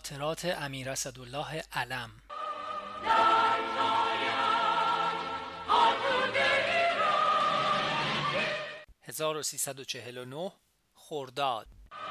خاطرات امیر اسدالله علم 1349 خرداد.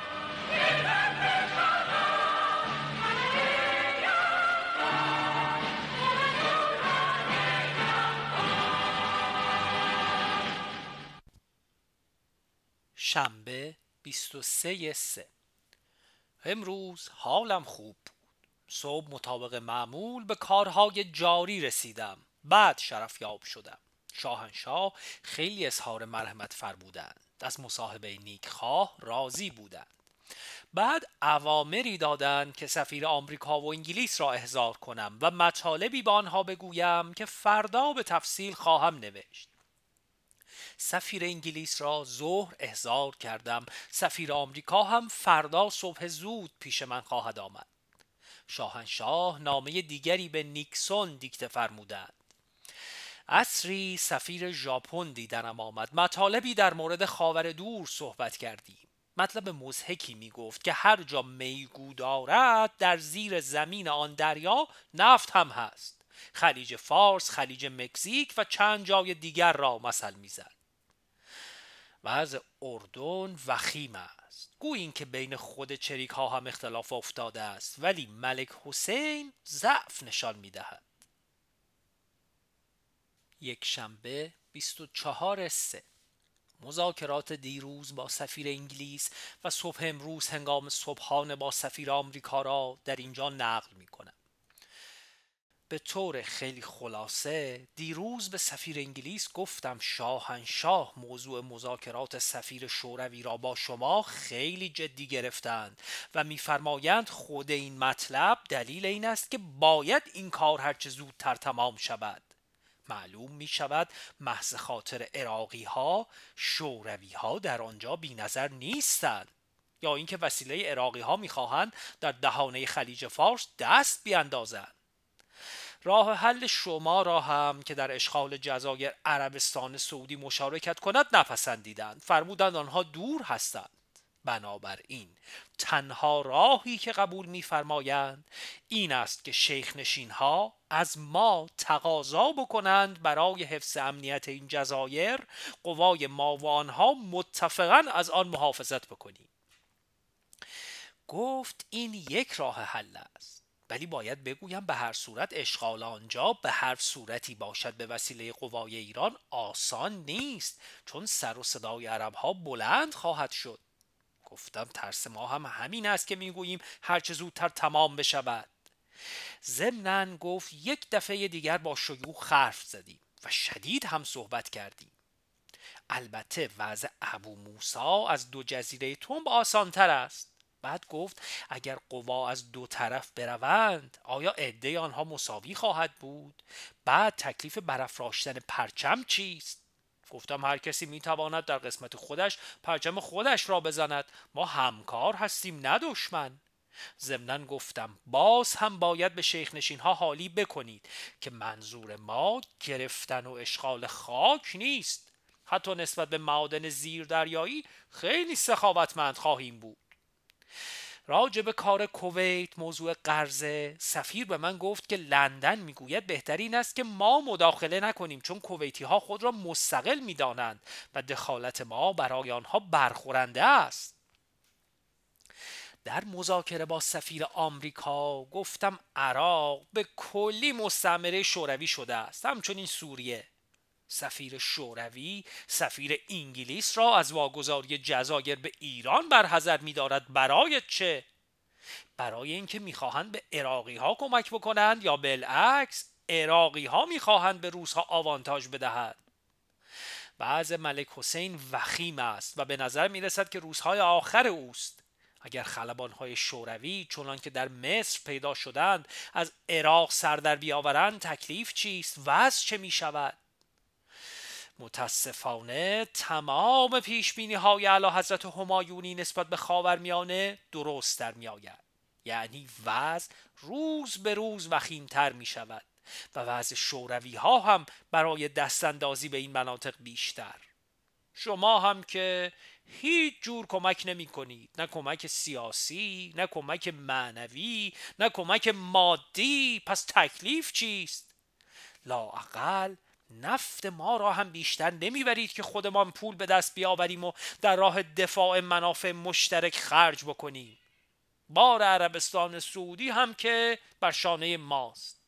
شنبه 23/3. امروز حالم خوب بود. صبح مطابق معمول به کارهای جاری رسیدم. بعد شرفیاب شدم. شاهنشاه خیلی اظهار مرحمت فرمودند. از مصاحبه نیکخواه راضی بودند. بعد اوامری دادند که سفیر آمریکا و انگلیس را احضار کنم و مطالبی به آنها بگویم که فردا به تفصیل خواهم نوشت. سفیر انگلیس را ظهر احضار کردم. سفیر آمریکا هم فردا صبح زود پیش من خواهد آمد. شاهنشاه نامه دیگری به نیکسون دیکته فرمودند. عصری سفیر ژاپن دیدنم آمد. مطالبی در مورد خاور دور صحبت کردیم. مطلب مضحکی می گفت که هر جا میگو دارد در زیر زمین آن دریا نفت هم هست. خلیج فارس، خلیج مکزیک و چند جای دیگر را مثل می زد. وضع اردن وخیم است. گویی این که بین خود چریک ها هم اختلاف افتاده است، ولی ملک حسین ضعف نشان می دهد. یک شنبه 24/3. مذاکرات دیروز با سفیر انگلیس و صبح امروز هنگام صبحانه با سفیر آمریکا را در اینجا نقل می کنم. به طور خیلی خلاصه دیروز به سفیر انگلیس گفتم شاهنشاه موضوع مذاکرات سفیر شوروی را با شما خیلی جدی گرفتند و می‌فرمایند خود این مطلب دلیل این است که باید این کار هرچه زودتر تمام شود. معلوم می شود محض خاطر عراقی ها شوروی ها در آنجا بی نظر نیستند، یا اینکه وسیله عراقی ها می خواهند در دهانه خلیج فارس دست بیاندازند. راه حل شما را هم که در اشغال جزایر عربستان سعودی مشارکت کند نپسندیدند. فرمودند آنها دور هستند. بنابراین تنها راهی که قبول می‌فرمایند این است که شیخ نشین ها از ما تقاضا بکنند برای حفظ امنیت این جزایر قوای ما و آنها متفقاً از آن محافظت بکنیم. گفت این یک راه حل است، ولی باید بگویم به هر صورت اشغال آنجا به هر صورتی باشد به وسیله قوای ایران آسان نیست، چون سر و صدای عرب ها بلند خواهد شد. گفتم ترس ما هم همین است که میگوییم هرچه زودتر تمام بشود. ضمناً گفت یک دفعه دیگر با شیوخ حرف زدیم و شدید هم صحبت کردیم. البته وضع ابو موسی از دو جزیره تنب آسانتر است. بعد گفت اگر قوا از دو طرف بروند آیا عده آنها مساوی خواهد بود؟ بعد تکلیف برافراشتن پرچم چیست؟ گفتم هر کسی میتواند در قسمت خودش پرچم خودش را بزند. ما همکار هستیم نه دشمن. ضمناً گفتم باز هم باید به شیخ نشین ها حالی بکنید که منظور ما گرفتن و اشغال خاک نیست. حتی نسبت به معادن زیردریایی خیلی سخاوتمند خواهیم بود. راجع به کار کویت موضوع قرضه سفیر به من گفت که لندن میگوید بهترین است که ما مداخله نکنیم، چون کویتی ها خود را مستقل میدانند و دخالت ما برای آنها برخورنده است. در مذاکره با سفیر آمریکا گفتم عراق به کلی مستعمره شوروی شده است، همچنین سوریه. سفیر شوروی سفیر انگلیس را از واگذاری جزایر به ایران برحذر می‌دارد. برای چه؟ برای اینکه می‌خواهند به عراقی ها کمک بکنند یا بالعکس عراقی ها می‌خواهند به روس ها آوانتاژ بدهند؟ وضع ملک حسین وخیم است و به نظر می‌رسد که روزهای آخر اوست. اگر خلبان‌های شوروی چنان که در مصر پیدا شدند از عراق سر در بیاورند تکلیف چیست؟ وضع چه می‌شود؟ متاسفانه تمام پیشبینی های اعلیحضرت همایونی نسبت به خاورمیانه درست در می آید. یعنی وضع روز به روز وخیمتر می شود و وضع شوروی ها هم برای دستاندازی به این مناطق بیشتر. شما هم که هیچ جور کمک نمی کنید، نه کمک سیاسی، نه کمک معنوی، نه کمک مادی. پس تکلیف چیست؟ لااقل نفت ما را هم بیشتر نمیبرید که خودمان پول به دست بیاوریم و در راه دفاع منافع مشترک خرج بکنیم. بار عربستان سعودی هم که بر شانه ماست.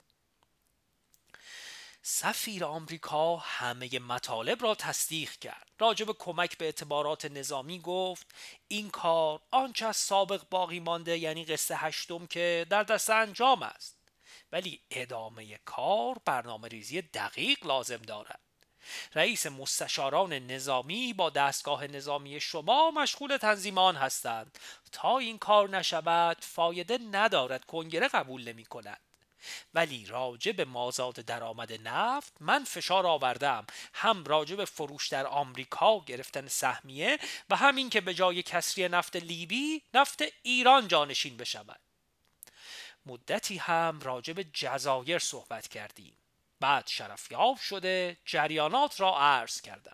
سفیر آمریکا همه مطالب را تصدیق کرد. راجب کمک به اعتبارات نظامی گفت این کار آنچه از سابق باقی مانده، یعنی قسط هشتم، که در دست انجام است، ولی ادامه کار برنامه ریزی دقیق لازم دارد. رئیس مستشاران نظامی با دستگاه نظامی شما مشغول تنظیم آن هستند. تا این کار نشود فایده ندارد، کنگره قبول نمی کند. ولی راجع به مازاد درآمد نفت من فشار آوردم، هم راجع به فروش در آمریکا گرفتن سهمیه و همین که به جای کسری نفت لیبی نفت ایران جانشین بشود. مدتی هم راجع به جزایر صحبت کردیم. بعد شرفیاب شده جریانات را عرض کردم.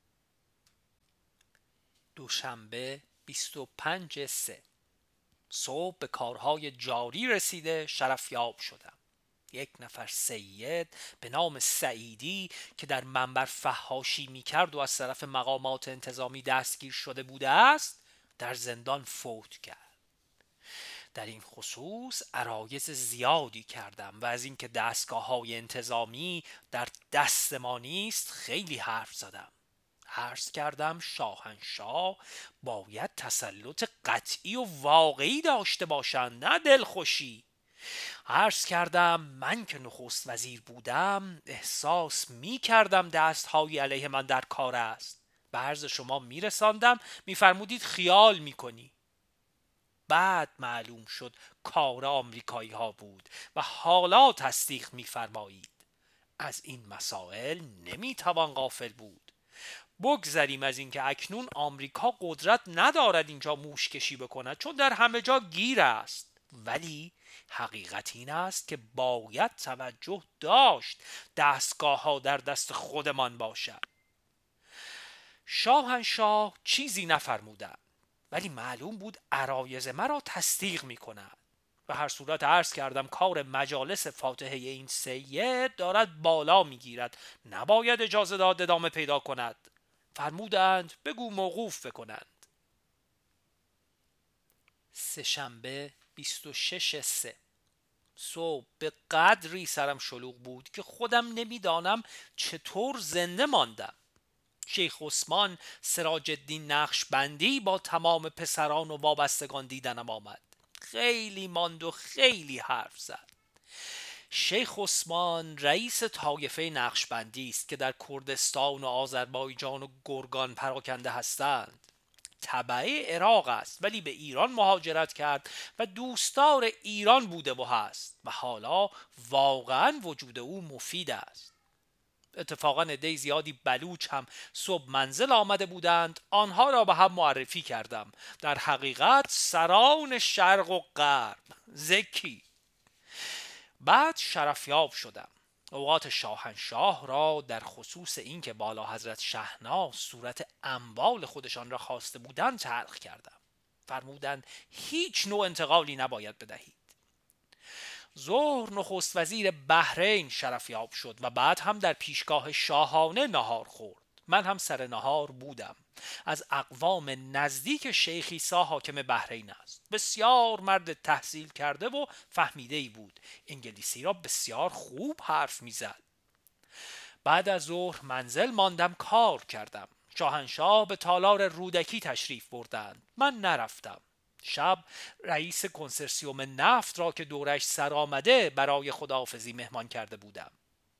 دوشنبه 25/3 صبح به کارهای جاری رسیده شرفیاب شدم. یک نفر سید به نام سعیدی که در منبر فحاشی می کرد و از طرف مقامات انتظامی دستگیر شده بوده است، در زندان فوت کرد. در این خصوص عرایض زیادی کردم و از اینکه دستگاه‌های انتظامی در دست ما نیست خیلی حرف زدم. عرض کردم شاهنشاه باید تسلط قطعی و واقعی داشته باشند، نه دلخوشی. عرض کردم من که نخست وزیر بودم احساس می کردم دست‌هایی علیه من در کار است. به عرض شما می رساندم، می فرمودید خیال می کنی. بعد معلوم شد کار آمریکایی ها بود و حالا تصدیق می فرمایید. از این مسائل نمی توان غافل بود. بگذریم از اینکه اکنون آمریکا قدرت ندارد اینجا موش کشی بکند، چون در همه جا گیر است. ولی حقیقت این است که باید توجه داشت دستگاه ها در دست خودمان باشد. شاهنشاه چیزی نفرمودند، ولی معلوم بود عرایض مرا تصدیق می کند. به هر صورت عرض کردم کار مجالس فاتحه این سید دارد بالا می گیرد، نباید اجازه داد ادامه پیدا کند. فرمودند بگو موقوف بکنند. سه‌شنبه 26/3 صبح به قدری سرم شلوغ بود که خودم نمیدانم چطور زنده ماندم. شیخ عثمان سراج الدین نقشبندی با تمام پسران و وابستگان دیدنم آمد. خیلی ماند و خیلی حرف زد. شیخ عثمان رئیس طایفه نقشبندی است که در کردستان و آذربایجان و گرگان پراکنده هستند. تبع عراق است ولی به ایران مهاجرت کرد و دوستدار ایران بوده و هست و حالا واقعا وجود او مفید است. اتفاقا عده زیادی بلوچ هم صبح منزل آمده بودند، آنها را به هم معرفی کردم. در حقیقت سران شرق و غرب، زکی. بعد شرفیاب شدم. اوقات شاهنشاه را در خصوص اینکه بالا حضرت شهناز صورت اموال خودشان را خواسته بودند تلخ کردم. فرمودند هیچ نوع انتقالی نباید بدهید. ظهر نخست وزیر بحرین شرفیاب شد و بعد هم در پیشگاه شاهانه نهار خورد. من هم سر نهار بودم. از اقوام نزدیک شیخ عیسی حاکم بحرین است. بسیار مرد تحصیل کرده و فهمیده‌ای بود. انگلیسی را بسیار خوب حرف میزد. بعد از ظهر منزل ماندم، کار کردم. شاهنشاه به تالار رودکی تشریف بردند. من نرفتم. شب رئیس کنسرسیوم نفت را که دورش سر آمده برای خداحافظی مهمان کرده بودم.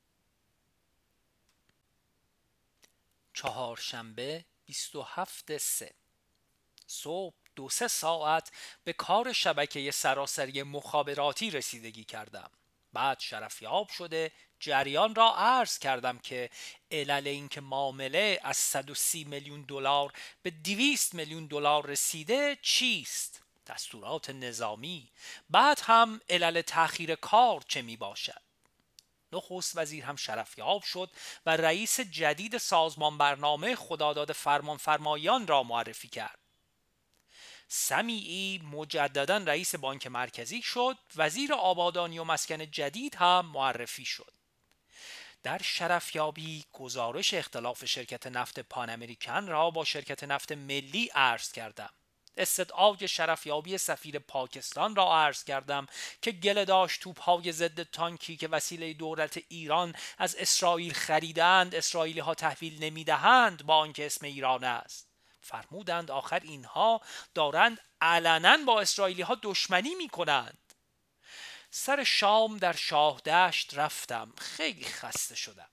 چهارشنبه 27/3 صبح 2-3 ساعت به کار شبکه سراسری مخابراتی رسیدگی کردم. بعد شرفیاب شده جریان را عرض کردم که علل اینکه معامله از 130 میلیون دلار به 200 میلیون دلار رسیده چیست؟ دستورات نظامی. بعد هم علل تأخیر کار چه می باشد؟ نخست وزیر هم شرفیاب شد و رئیس جدید سازمان برنامه خداداد فرمانفرمایان را معرفی کرد. سمیعی مجددا رئیس بانک مرکزی شد. وزیر آبادانی و مسکن جدید هم معرفی شد. در شرفیابی گزارش اختلاف شرکت نفت پان امریکن را با شرکت نفت ملی عرض کردم. استدعای شرفیابی سفیر پاکستان را عرض کردم که گله داشت توپ‌های ضد تانکی که وسیله دولت ایران از اسرائیل خریدند اسرائیلی ها تحویل نمیدهند با آنکه اسم ایران است. فرمودند آخر اینها دارند علنا با اسرائیلی ها دشمنی می کنند. سر شام در شاهدشت رفتم. خیلی خسته شدم.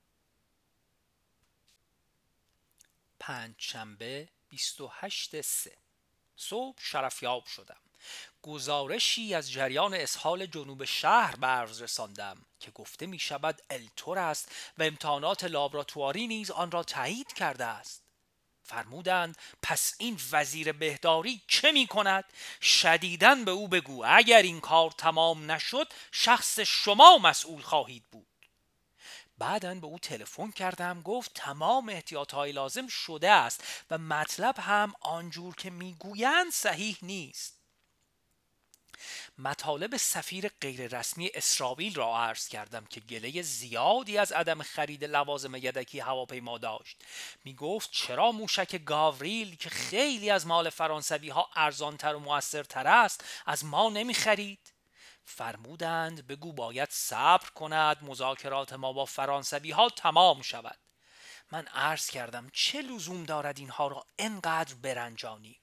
پنجشنبه 28/3 صبح شرفیاب شدم. گزارشی از جریان اسهال جنوب شهر به عرض رساندم که گفته می شود التور است و امتحانات لابراتواری نیز آن را تایید کرده است. فرمودند پس این وزیر بهداری چه می کند؟ شدیداً به او بگو اگر این کار تمام نشد شخص شما مسئول خواهید بود. بعداً به او تلفن کردم. گفت تمام احتیاطهای لازم شده است و مطلب هم آنجور که میگویند صحیح نیست. مطالب سفیر غیررسمی اسرائیل را عرض کردم که گله زیادی از عدم خرید لوازم یدکی هواپیما داشت. می گفت چرا موشک گاوریل که خیلی از مال فرانسوی ها ارزانتر و مؤثرتر است از ما نمی خرید؟ فرمودند بگو باید صبر کند مذاکرات ما با فرانسوی ها تمام شود. من عرض کردم چه لزوم دارد اینها را انقدر برنجانی؟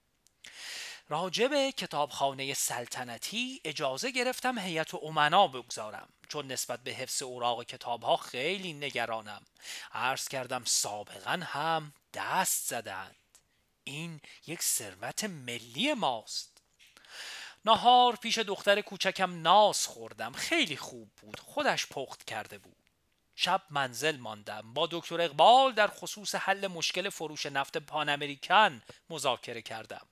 راجب کتابخانه سلطنتی اجازه گرفتم هیئت امنا بگذارم چون نسبت به حفظ اوراق کتابها خیلی نگرانم. عرض کردم سابقا هم دست زدند. این یک ثروت ملی ماست. نهار پیش دختر کوچکم ناز خوردم. خیلی خوب بود. خودش پخت کرده بود. شب منزل ماندم. با دکتر اقبال در خصوص حل مشکل فروش نفت پان امریکن مذاکره کردم.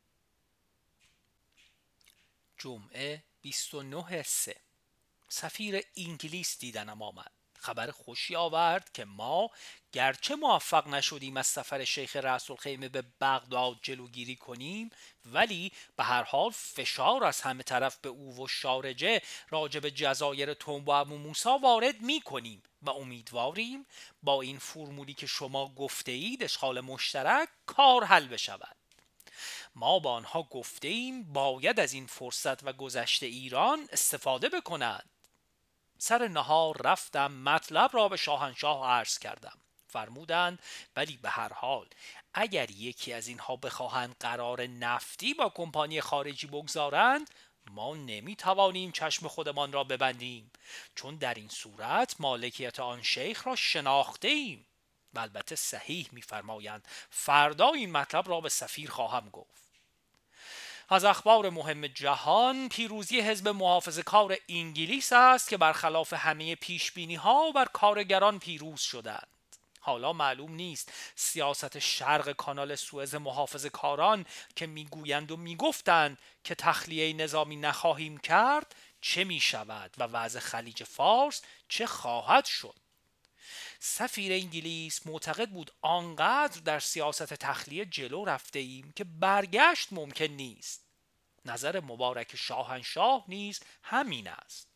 جمعه 29/3 سفیر انگلیس دیدنم آمد. خبر خوشی آورد که ما گرچه موفق نشدیم از سفر شیخ رأس الخیمه به بغداد جلوگیری کنیم ولی به هر حال فشار از همه طرف به او و شارجه راجب جزایر تنب و ابو موسی وارد می کنیم و امیدواریم با این فرمولی که شما گفته اید اشغال مشترک کار حل بشود. ما با آنها گفته ایم باید از این فرصت و گذشته ایران استفاده بکنند. سر نهار رفتم مطلب را به شاهنشاه عرض کردم. فرمودند ولی به هر حال اگر یکی از اینها بخواهند قرار نفتی با کمپانی خارجی بگذارند ما نمیتوانیم چشم خودمان را ببندیم چون در این صورت مالکیت آن شیخ را شناخته ایم. و البته صحیح میفرمایند. فردا این مطلب را به سفیر خواهم گفت. از اخبار مهم جهان پیروزی حزب محافظه‌کار انگلیس است که برخلاف همه پیشبینی‌ها بر کارگران پیروز شدند. حالا معلوم نیست سیاست شرق کانال سوئز محافظه‌کاران که میگویند و میگفتند که تخلیه نظامی نخواهیم کرد چه میشود و وضع خلیج فارس چه خواهد شد. سفیر انگلیس معتقد بود آنقدر در سیاست تخلیه جلو رفته ایم که برگشت ممکن نیست. نظر مبارک شاهنشاه نیز همین است.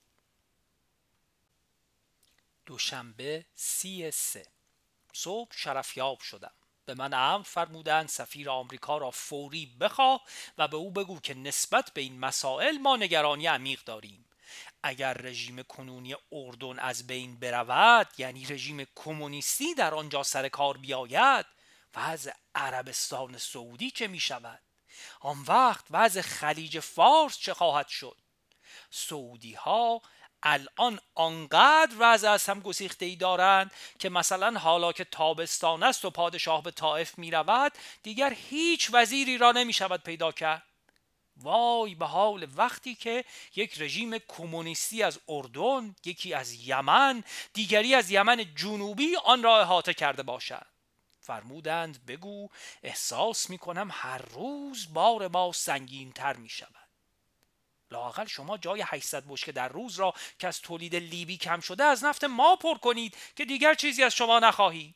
دوشنبه 30/3 صبح شرفیاب شدم. به من امر فرمودند سفیر آمریکا را فوری بخواه و به او بگو که نسبت به این مسائل ما نگرانی عمیق داریم. اگر رژیم کنونی اردن از بین برود یعنی رژیم کمونیستی در آنجا سر کار بیاید وضع عربستان سعودی چه می شود؟ آن وقت وضع خلیج فارس چه خواهد شد؟ سعودی ها الان آنقدر وضع از هم گسیخته‌ای دارند که مثلا حالا که تابستان است و پادشاه به طائف می رود دیگر هیچ وزیری را نمی شود پیدا کرد. وای به حال وقتی که یک رژیم کمونیستی از اردن، یکی از یمن، دیگری از یمن جنوبی آن را احاطه کرده باشد. فرمودند بگو احساس می کنم هر روز بار ما سنگین تر می شود. لااقل شما جای 800 بشکه در روز را که از تولید لیبی کم شده از نفت ما پر کنید که دیگر چیزی از شما نخواهی.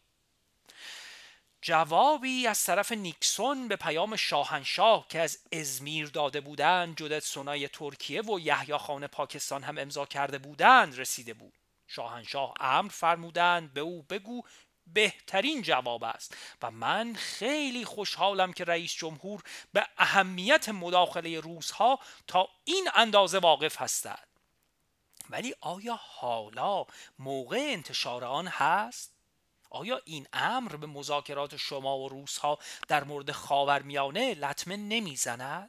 جوابی از طرف نیکسون به پیام شاهنشاه که از ازمیر داده بودند، جودت سونای ترکیه و یحیی خان پاکستان هم امضا کرده بودند رسیده بود. شاهنشاه امر فرمودند به او بگو بهترین جواب است و من خیلی خوشحالم که رئیس جمهور به اهمیت مداخله روس‌ها تا این اندازه واقف هستند. ولی آیا حالا موقع انتشار آن هست؟ آیا این امر به مذاکرات شما و روس‌ها در مورد خاورمیانه لطمه نمیزند؟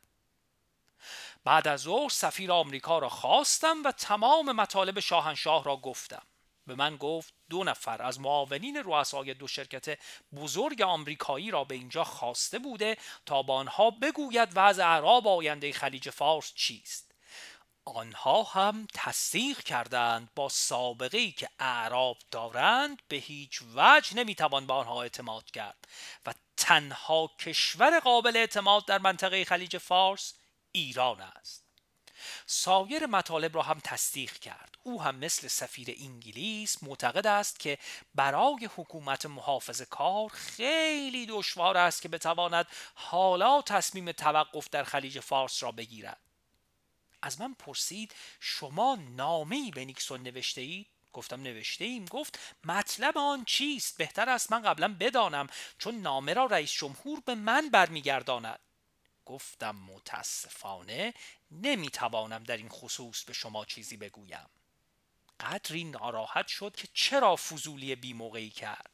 بعد از ظهر سفیر آمریکا را خواستم و تمام مطالب شاهنشاه را گفتم. به من گفت 2 نفر از معاونین رؤسای 2 شرکت بزرگ آمریکایی را به اینجا خواسته بوده تا با آنها بگوید وضع اعراب آینده خلیج فارس چیست. آنها هم تصدیق کردند با سابقه‌ای که اعراب دارند به هیچ وجه نمیتوان به آنها اعتماد کرد و تنها کشور قابل اعتماد در منطقه خلیج فارس ایران است. سایر مطالب را هم تصدیق کرد. او هم مثل سفیر انگلیس معتقد است که برای حکومت محافظه‌کار خیلی دشوار است که بتواند حالا تصمیم توقف در خلیج فارس را بگیرد. از من پرسید شما نامه‌ای به نیکسون نوشته اید؟ گفتم نوشته ایم. گفت مطلب آن چیست؟ بهتر است من قبلا بدانم چون نامه را رئیس جمهور به من برمیگرداند. گفتم متاسفانه نمیتوانم در این خصوص به شما چیزی بگویم. قدری ناراحت شد که چرا فضولی بی موقعی کرد.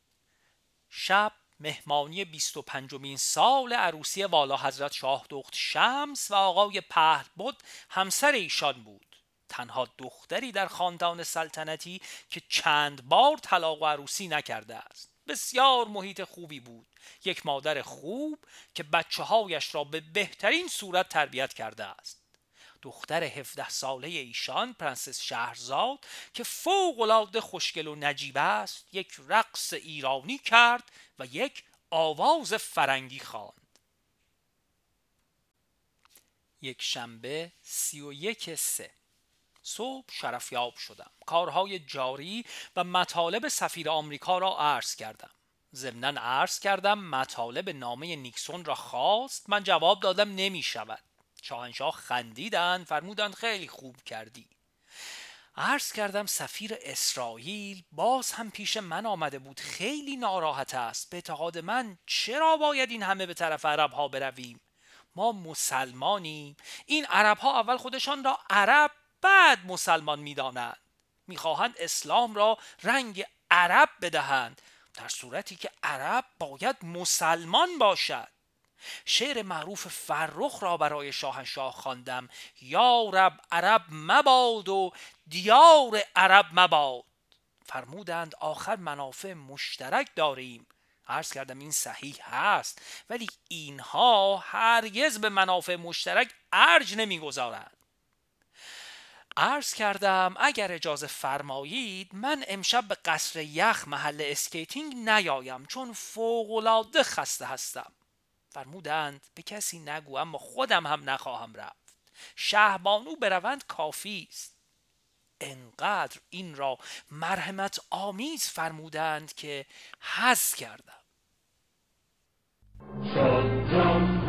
شب مهمانی 25مین سال عروسی والا حضرت شاه دخت شمس و آقای پهلبد همسر ایشان بود. تنها دختری در خاندان سلطنتی که چند بار طلاق و عروسی نکرده است. بسیار محیط خوبی بود. یک مادر خوب که بچه هایش را به بهترین صورت تربیت کرده است. دختر 17 ساله ایشان پرنسس شهرزاد که فوق‌العاده خوشگل و نجیب است یک رقص ایرانی کرد و یک آواز فرنگی خواند. یک شنبه 31/3 صبح شرفیاب شدم. کارهای جاری و مطالب سفیر آمریکا را عرض کردم. ضمناً عرض کردم مطالب نامه نیکسون را خواست. من جواب دادم نمی شود. شاهنشاه خندیدند، فرمودند خیلی خوب کردی. عرض کردم سفیر اسرائیل باز هم پیش من آمده بود، خیلی ناراحت است. به اعتقاد من چرا باید این همه به طرف عرب ها برویم؟ ما مسلمانیم. این عرب ها اول خودشان را عرب بعد مسلمان می دانند. می خواهند اسلام را رنگ عرب بدهند در صورتی که عرب باید مسلمان باشد. شعر معروف فرخ را برای شاهنشاه خواندم. یا رب عرب مباد و دیار عرب مباد. فرمودند آخر منافع مشترک داریم. عرض کردم این صحیح هست ولی اینها هرگز به منافع مشترک ارج نمیگذارند. عرض کردم اگر اجازه فرمایید من امشب به قصر یخ محل اسکیتینگ نیایم چون فوق‌العاده خسته هستم. فرمودند به کسی نگو اما خودم هم نخواهم رفت. شهبانو بروند کافی است. انقدر این را مرحمت آمیز فرمودند که حظ کردم.